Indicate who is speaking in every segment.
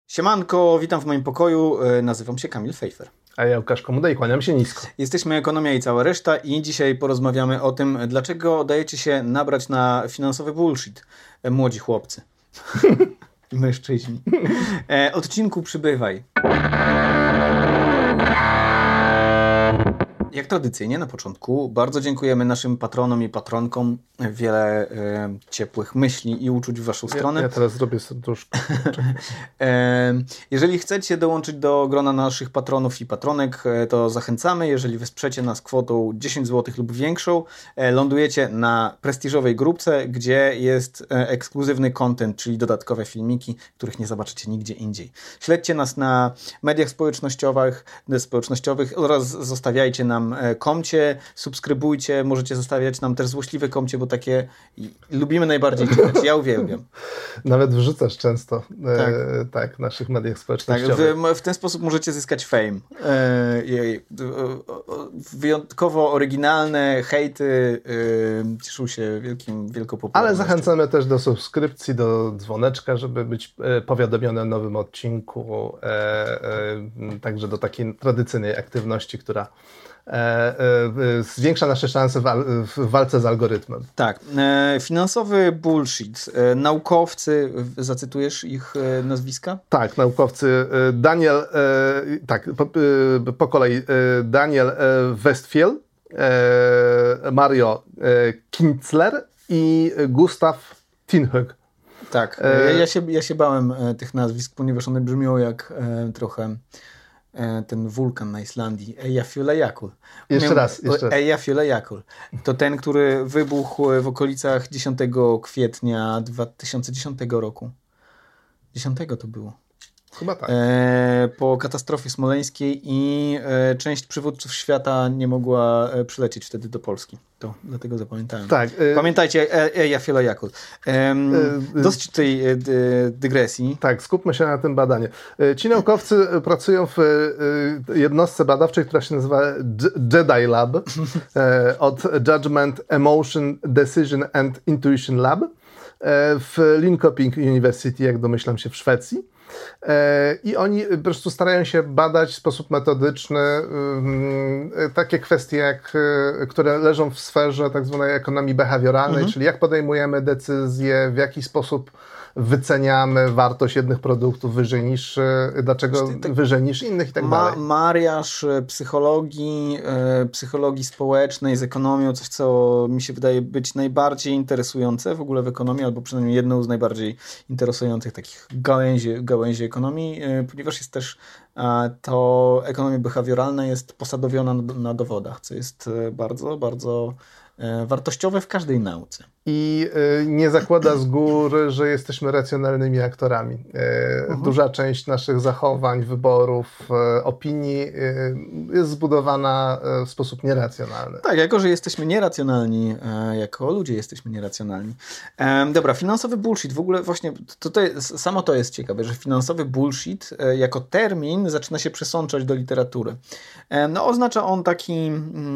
Speaker 1: Siemanko, witam w moim pokoju, nazywam się Kamil Fejfer.
Speaker 2: A ja Łukasz Komuda i kłaniam się nisko.
Speaker 1: Jesteśmy Ekonomia i cała reszta i dzisiaj porozmawiamy o tym, dlaczego dajecie się nabrać na finansowy bullshit, młodzi chłopcy. Mężczyźni. Odcinku przybywaj. Jak tradycyjnie na początku bardzo dziękujemy naszym patronom i patronkom. Wiele ciepłych myśli i uczuć w waszą stronę.
Speaker 2: Ja teraz zrobię serduszko.
Speaker 1: Jeżeli chcecie dołączyć do grona naszych patronów i patronek, to zachęcamy. Jeżeli wesprzecie nas kwotą 10 zł lub większą, lądujecie na prestiżowej grupce, gdzie jest ekskluzywny content, czyli dodatkowe filmiki, których nie zobaczycie nigdzie indziej. Śledźcie nas na mediach społecznościowych oraz zostawiajcie nam komcie, subskrybujcie, możecie zostawiać nam też złośliwe komcie, bo takie lubimy najbardziej czytać. Ja uwielbiam.
Speaker 2: Nawet wrzucasz często w naszych mediach społecznościowych.
Speaker 1: Tak, w ten sposób możecie zyskać fame. Wyjątkowo oryginalne hejty cieszą się wielką popularnością.
Speaker 2: Ale zachęcamy też do subskrypcji, do dzwoneczka, żeby być powiadomiony o nowym odcinku. Także do takiej tradycyjnej aktywności, która zwiększa nasze szanse w walce z algorytmem.
Speaker 1: Tak. Finansowy bullshit. Naukowcy, zacytujesz ich nazwiska?
Speaker 2: Tak, naukowcy Daniel, po kolei Daniel Westphal, Mario Kinzler i Gustav Tinhög.
Speaker 1: Tak, ja się bałem tych nazwisk, ponieważ one brzmią jak trochę ten wulkan na Islandii, Eyjafjallajökull.
Speaker 2: Jeszcze raz.
Speaker 1: Eyjafjallajökull. To ten, który wybuchł w okolicach 10 kwietnia 2010 roku. 10 to było.
Speaker 2: Chyba tak.
Speaker 1: Po katastrofie smoleńskiej i część przywódców świata nie mogła przylecieć wtedy do Polski. To dlatego zapamiętałem.
Speaker 2: Tak.
Speaker 1: Pamiętajcie, Eyjafjallajökull. Dosyć tej dygresji.
Speaker 2: Tak, skupmy się na tym badaniu. Ci naukowcy pracują w jednostce badawczej, która się nazywa Jedi Lab od Judgment, Emotion, Decision and Intuition Lab w Linköping University, jak domyślam się, w Szwecji. I oni po prostu starają się badać w sposób metodyczny takie kwestie, które leżą w sferze tak zwanej ekonomii behawioralnej, czyli jak podejmujemy decyzje, w jaki sposób wyceniamy wartość jednych produktów wyżej niż, dlaczego wyżej niż innych i tak dalej.
Speaker 1: Mariaż psychologii społecznej z ekonomią, coś co mi się wydaje być najbardziej interesujące w ogóle w ekonomii, albo przynajmniej jedną z najbardziej interesujących takich gałęzi ekonomii, ponieważ jest też to ekonomia behawioralna jest posadowiona na dowodach, co jest bardzo, bardzo wartościowe w każdej nauce.
Speaker 2: I nie zakłada z góry, że jesteśmy racjonalnymi aktorami. Duża część naszych zachowań, wyborów, opinii jest zbudowana w sposób nieracjonalny.
Speaker 1: Tak, jako że jesteśmy nieracjonalni, jako ludzie jesteśmy nieracjonalni. Dobra, finansowy bullshit. W ogóle właśnie samo to jest ciekawe, że finansowy bullshit jako termin zaczyna się przesączać do literatury. No oznacza on taki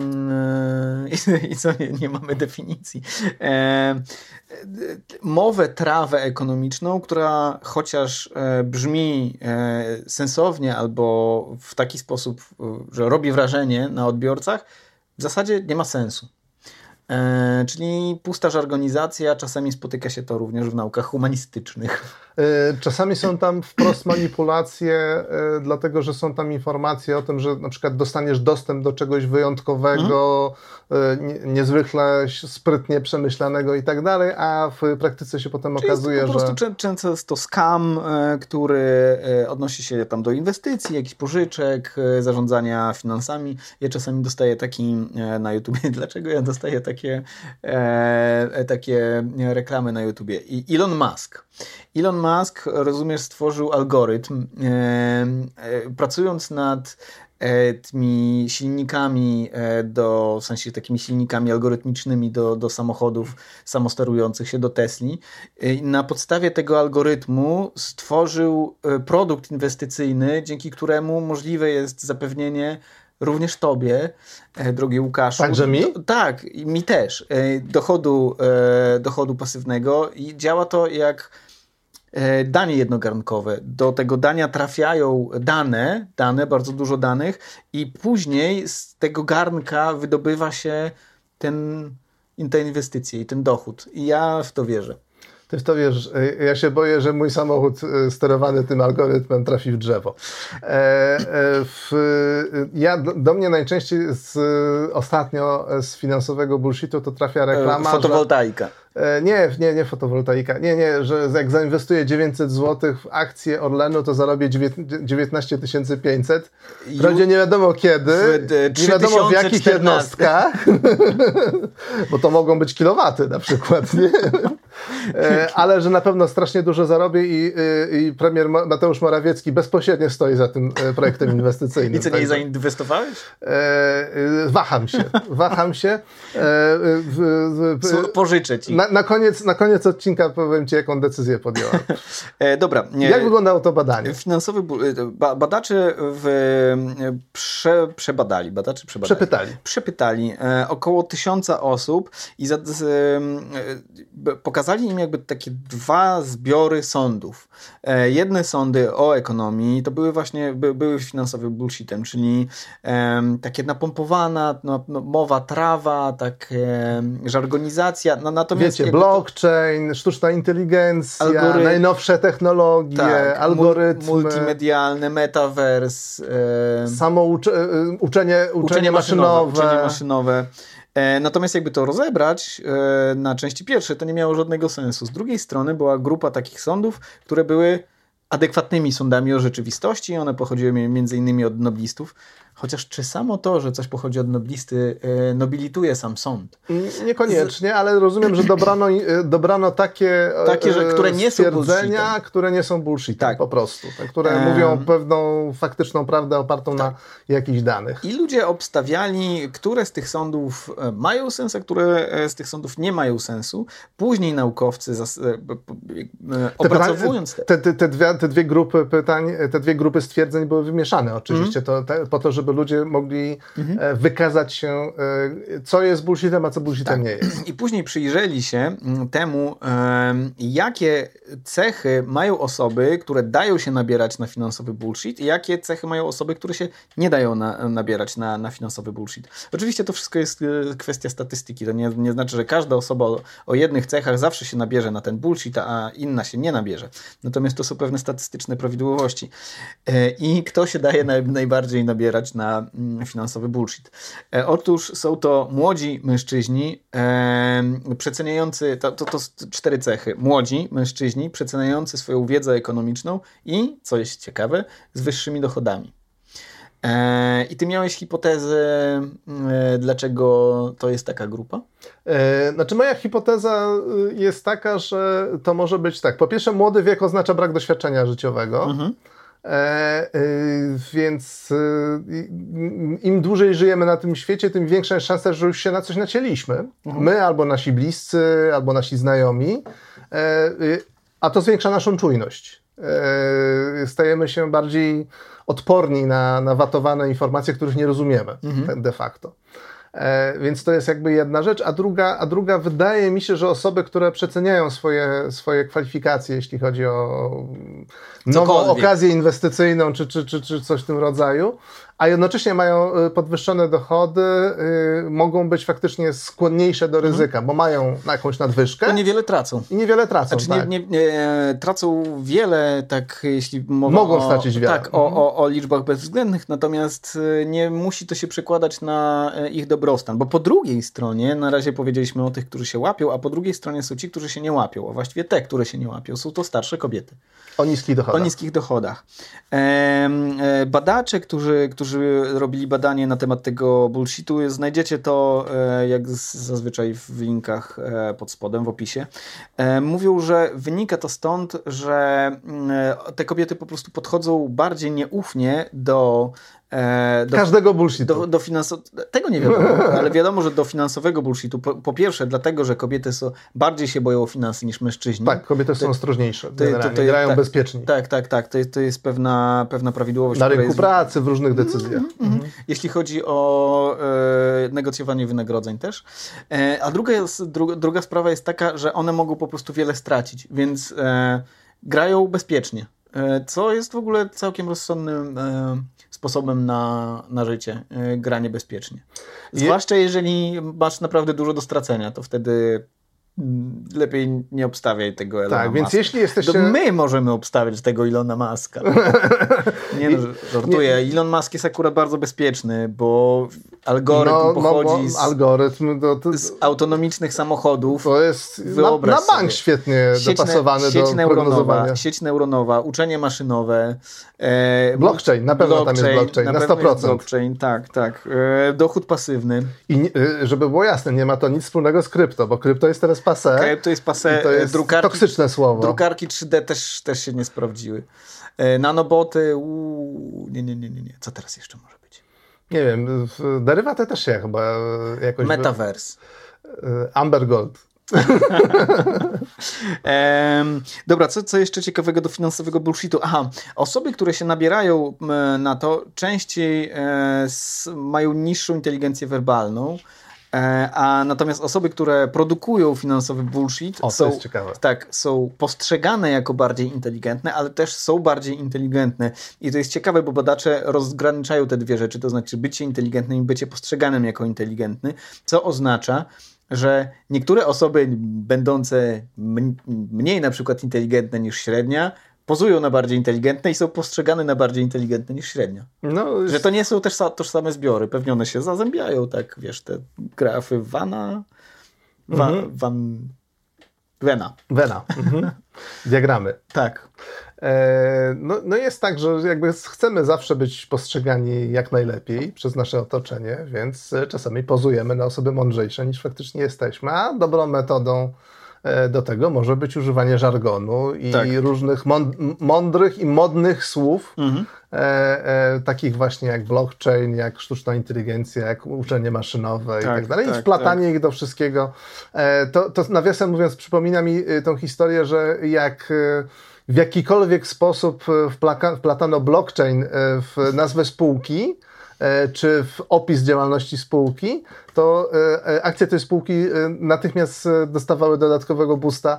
Speaker 1: i co nie mamy definicji. Trawę ekonomiczną, która chociaż brzmi sensownie albo w taki sposób, że robi wrażenie na odbiorcach, w zasadzie nie ma sensu. Czyli pusta żargonizacja, czasami spotyka się to również w naukach humanistycznych.
Speaker 2: Czasami są tam wprost manipulacje, dlatego że są tam informacje o tym, że na przykład dostaniesz dostęp do czegoś wyjątkowego, niezwykle sprytnie przemyślanego i tak dalej, a w praktyce się potem okazuje, że...
Speaker 1: Po prostu często jest to scam, który odnosi się tam do inwestycji, jakichś pożyczek, zarządzania finansami. Ja czasami dostaję taki na YouTubie. Dlaczego ja dostaję takie reklamy na YouTubie? Elon Musk, rozumiesz, stworzył algorytm, pracując nad tymi silnikami w sensie takimi silnikami algorytmicznymi do samochodów samosterujących się, do Tesli. Na podstawie tego algorytmu stworzył produkt inwestycyjny, dzięki któremu możliwe jest zapewnienie również tobie, drogi Łukaszu.
Speaker 2: Także mi?
Speaker 1: Tak, mi też. Dochodu pasywnego i działa to jak danie jednogarnkowe. Do tego dania trafiają dane, bardzo dużo danych i później z tego garnka wydobywa się te inwestycje i ten dochód. I ja w to wierzę.
Speaker 2: Ty w to wiesz, ja się boję, że mój samochód sterowany tym algorytmem trafi w drzewo. Do mnie najczęściej ostatnio z finansowego bullshitu to trafia reklama.
Speaker 1: Fotowoltaika.
Speaker 2: Nie fotowoltaika. Nie, że jak zainwestuję 900 zł w akcję Orlenu, to zarobię 19 500. Wprawdzie nie wiadomo kiedy, nie wiadomo w jakich jednostkach, bo to mogą być kilowaty na przykład, nie? Ale że na pewno strasznie dużo zarobię i premier Mateusz Morawiecki bezpośrednio stoi za tym projektem inwestycyjnym.
Speaker 1: I co, nie zainwestowałeś?
Speaker 2: Waham się.
Speaker 1: Pożyczę ci.
Speaker 2: Na koniec odcinka powiem ci, jaką decyzję podjąłem.
Speaker 1: Dobra.
Speaker 2: Jak wyglądało to badanie?
Speaker 1: Badacze przepytali około 1000 osób i pokazali im jakby takie dwa zbiory sądów. Jedne sądy o ekonomii to były finansowy bullshitem, czyli takie napompowana mowa, trawa, żargonizacja. Natomiast
Speaker 2: wiecie, blockchain, sztuczna inteligencja, najnowsze technologie, algorytmy,
Speaker 1: multimedialne, metavers,
Speaker 2: uczenie maszynowe.
Speaker 1: Natomiast jakby to rozebrać na części pierwsze, to nie miało żadnego sensu. Z drugiej strony była grupa takich sądów, które były adekwatnymi sądami o rzeczywistości. One pochodziły m.in. od noblistów. Chociaż czy samo to, że coś pochodzi od noblisty, nobilituje sam sąd?
Speaker 2: Niekoniecznie, ale rozumiem, że dobrano takie
Speaker 1: które nie są
Speaker 2: stwierdzenia, które nie są bullshitem po prostu. Które mówią pewną faktyczną prawdę opartą na jakichś danych.
Speaker 1: I ludzie obstawiali, które z tych sądów mają sens, a które z tych sądów nie mają sensu. Później naukowcy opracowując
Speaker 2: te dwie grupy pytań, te dwie grupy stwierdzeń były wymieszane oczywiście po to, żeby ludzie mogli wykazać się, co jest bullshitem, a co bullshitem nie jest.
Speaker 1: I później przyjrzeli się temu, jakie cechy mają osoby, które dają się nabierać na finansowy bullshit i jakie cechy mają osoby, które się nie dają nabierać na finansowy bullshit. Oczywiście to wszystko jest kwestia statystyki. To nie znaczy, że każda osoba o jednych cechach zawsze się nabierze na ten bullshit, a inna się nie nabierze. Natomiast to są pewne statystyczne prawidłowości. I kto się daje najbardziej nabierać na finansowy bullshit? Otóż są to młodzi mężczyźni przeceniający, to 4 cechy. Młodzi mężczyźni przeceniający swoją wiedzę ekonomiczną i, co jest ciekawe, z wyższymi dochodami. I ty miałeś hipotezę, dlaczego to jest taka grupa?
Speaker 2: Znaczy moja hipoteza jest taka, że to może być tak. Po pierwsze, młody wiek oznacza brak doświadczenia życiowego. Więc im dłużej żyjemy na tym świecie, tym większa jest szansa, że już się na coś nacięliśmy. My, albo nasi bliscy, albo nasi znajomi, a to zwiększa naszą czujność. Stajemy się bardziej odporni na watowane informacje, których nie rozumiemy de facto. Więc to jest jakby jedna rzecz, a druga wydaje mi się, że osoby, które przeceniają swoje kwalifikacje, jeśli chodzi o nową okazję inwestycyjną czy coś w tym rodzaju, a jednocześnie mają podwyższone dochody, mogą być faktycznie skłonniejsze do ryzyka, bo mają jakąś nadwyżkę.
Speaker 1: To niewiele tracą.
Speaker 2: I niewiele tracą,
Speaker 1: znaczy, tracą wiele, tak jeśli
Speaker 2: mogą stracić wiele.
Speaker 1: Tak, o liczbach bezwzględnych, natomiast nie musi to się przekładać na ich dobrostan, bo po drugiej stronie, na razie powiedzieliśmy o tych, którzy się łapią, a po drugiej stronie są ci, którzy się nie łapią, a właściwie te, które się nie łapią, są to starsze kobiety.
Speaker 2: O niskich dochodach.
Speaker 1: Badacze, którzy robili badanie na temat tego bullshitu, znajdziecie to jak zazwyczaj w linkach pod spodem, w opisie. Mówią, że wynika to stąd, że te kobiety po prostu podchodzą bardziej nieufnie do
Speaker 2: każdego bullshitu.
Speaker 1: Tego nie wiadomo, ale wiadomo, że do finansowego bullshitu. Po pierwsze, dlatego, że kobiety bardziej się boją o finansy niż mężczyźni.
Speaker 2: Tak, kobiety są ostrożniejsze. Grają bezpieczniej.
Speaker 1: Tak. To jest pewna prawidłowość.
Speaker 2: Na rynku pracy, w różnych decyzjach.
Speaker 1: Jeśli chodzi o negocjowanie wynagrodzeń też. A druga sprawa jest taka, że one mogą po prostu wiele stracić, więc grają bezpiecznie, co jest w ogóle całkiem rozsądnym sposobem na życie, granie bezpiecznie. Zwłaszcza jeżeli masz naprawdę dużo do stracenia, to wtedy lepiej nie obstawiaj tego Elona Muska.
Speaker 2: Tak, więc jeśli jesteście...
Speaker 1: To my możemy obstawiać tego Elona Muska. Nie no, żartuję. Elon Musk jest akurat bardzo bezpieczny, bo algorytm pochodzi z autonomicznych samochodów.
Speaker 2: To jest na bank świetnie dopasowany do prognozowania.
Speaker 1: Sieć neuronowa, uczenie maszynowe.
Speaker 2: Blockchain, na pewno tam jest blockchain, na 100%. Jest
Speaker 1: blockchain, tak. Dochód pasywny.
Speaker 2: I żeby było jasne, nie ma to nic wspólnego z krypto, bo krypto jest teraz passé.
Speaker 1: Krypto jest passé.
Speaker 2: To jest toksyczne słowo.
Speaker 1: Drukarki 3D też się nie sprawdziły. Nanoboty, nie. Co teraz jeszcze może być?
Speaker 2: Nie wiem, derywaty też się chyba jakoś...
Speaker 1: Metaverse.
Speaker 2: Amber Gold.
Speaker 1: Dobra, co jeszcze ciekawego do finansowego bullshitu? Aha, osoby, które się nabierają na to, częściej mają niższą inteligencję werbalną, a natomiast osoby, które produkują finansowy bullshit, są postrzegane jako bardziej inteligentne, ale też są bardziej inteligentne. I to jest ciekawe, bo badacze rozgraniczają te dwie rzeczy, to znaczy bycie inteligentnym i bycie postrzeganym jako inteligentny, co oznacza, że niektóre osoby będące mniej na przykład inteligentne niż średnia, pozują na bardziej inteligentne i są postrzegane na bardziej inteligentne niż średnia. Że to nie są też tożsame zbiory. Pewnie one się zazębiają, tak, wiesz, te grafy Vena.
Speaker 2: Diagramy.
Speaker 1: Tak.
Speaker 2: No jest tak, że jakby chcemy zawsze być postrzegani jak najlepiej przez nasze otoczenie, więc czasami pozujemy na osoby mądrzejsze niż faktycznie jesteśmy, a dobrą metodą do tego może być używanie żargonu i różnych mądrych i modnych słów, takich właśnie jak blockchain, jak sztuczna inteligencja, jak uczenie maszynowe i tak dalej. I wplatanie ich do wszystkiego. To nawiasem mówiąc przypomina mi tą historię, że jak w jakikolwiek sposób wplatano blockchain w nazwę spółki, czy w opis działalności spółki, to akcje tej spółki natychmiast dostawały dodatkowego boosta,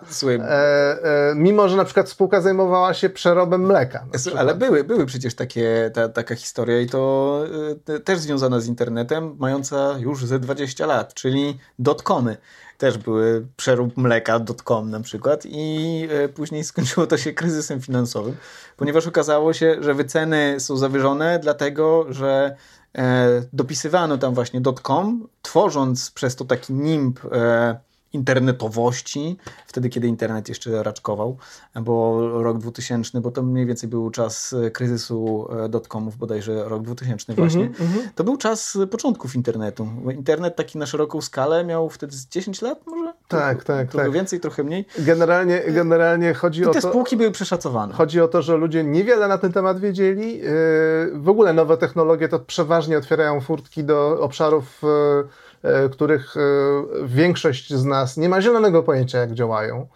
Speaker 2: mimo że na przykład spółka zajmowała się przerobem mleka.
Speaker 1: Ale były przecież taka historia i to też związana z internetem, mająca już ze 20 lat, czyli dotcomy. Też były przerób mleka, .com na przykład i później skończyło to się kryzysem finansowym, ponieważ okazało się, że wyceny są zawyżone dlatego, że dopisywano tam właśnie .com, tworząc przez to taki nimb internetowości, wtedy kiedy internet jeszcze raczkował, bo rok 2000, bo to mniej więcej był czas kryzysu dotcomów, bodajże rok 2000 właśnie. To był czas początków internetu. Internet taki na szeroką skalę miał wtedy 10 lat może? Trochę więcej, trochę mniej.
Speaker 2: Generalnie chodzi o to...
Speaker 1: I te spółki były przeszacowane.
Speaker 2: Chodzi o to, że ludzie niewiele na ten temat wiedzieli. W ogóle nowe technologie to przeważnie otwierają furtki do obszarów, których większość z nas nie ma zielonego pojęcia, jak działają.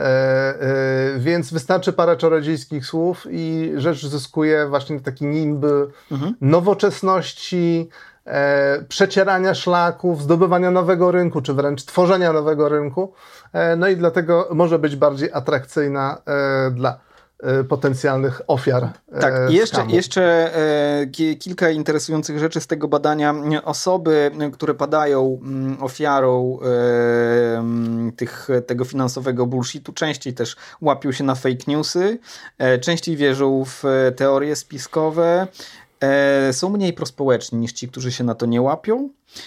Speaker 2: Więc wystarczy parę czarodziejskich słów i rzecz zyskuje właśnie taki nimb nowoczesności, przecierania szlaków, zdobywania nowego rynku, czy wręcz tworzenia nowego rynku. No i dlatego może być bardziej atrakcyjna dla potencjalnych ofiar.
Speaker 1: Tak, jeszcze kilka interesujących rzeczy z tego badania. Osoby, które padają ofiarą tego finansowego bullshitu, częściej też łapią się na fake newsy, częściej wierzą w teorie spiskowe, są mniej prospołeczni niż ci, którzy się na to nie łapią.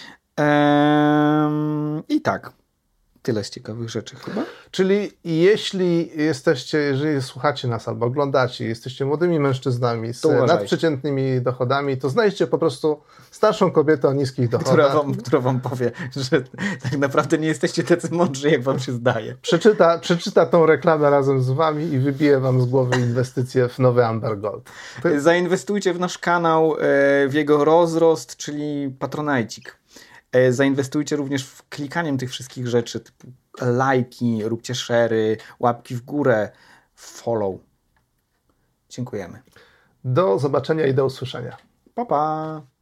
Speaker 1: I tak. Tyle z ciekawych rzeczy chyba.
Speaker 2: Czyli jeżeli słuchacie nas albo oglądacie, jesteście młodymi mężczyznami z nadprzeciętnymi dochodami, to znajdźcie po prostu starszą kobietę o niskich dochodach.
Speaker 1: Która wam powie, że tak naprawdę nie jesteście tacy mądrzy, jak wam się zdaje.
Speaker 2: Przeczyta tą reklamę razem z wami i wybije wam z głowy inwestycje w nowy Amber Gold.
Speaker 1: Zainwestujcie w nasz kanał, w jego rozrost, czyli patronajcik. Zainwestujcie również w klikaniem tych wszystkich rzeczy, typu lajki, róbcie share'y, łapki w górę, follow. Dziękujemy.
Speaker 2: Do zobaczenia i do usłyszenia.
Speaker 1: Pa, pa.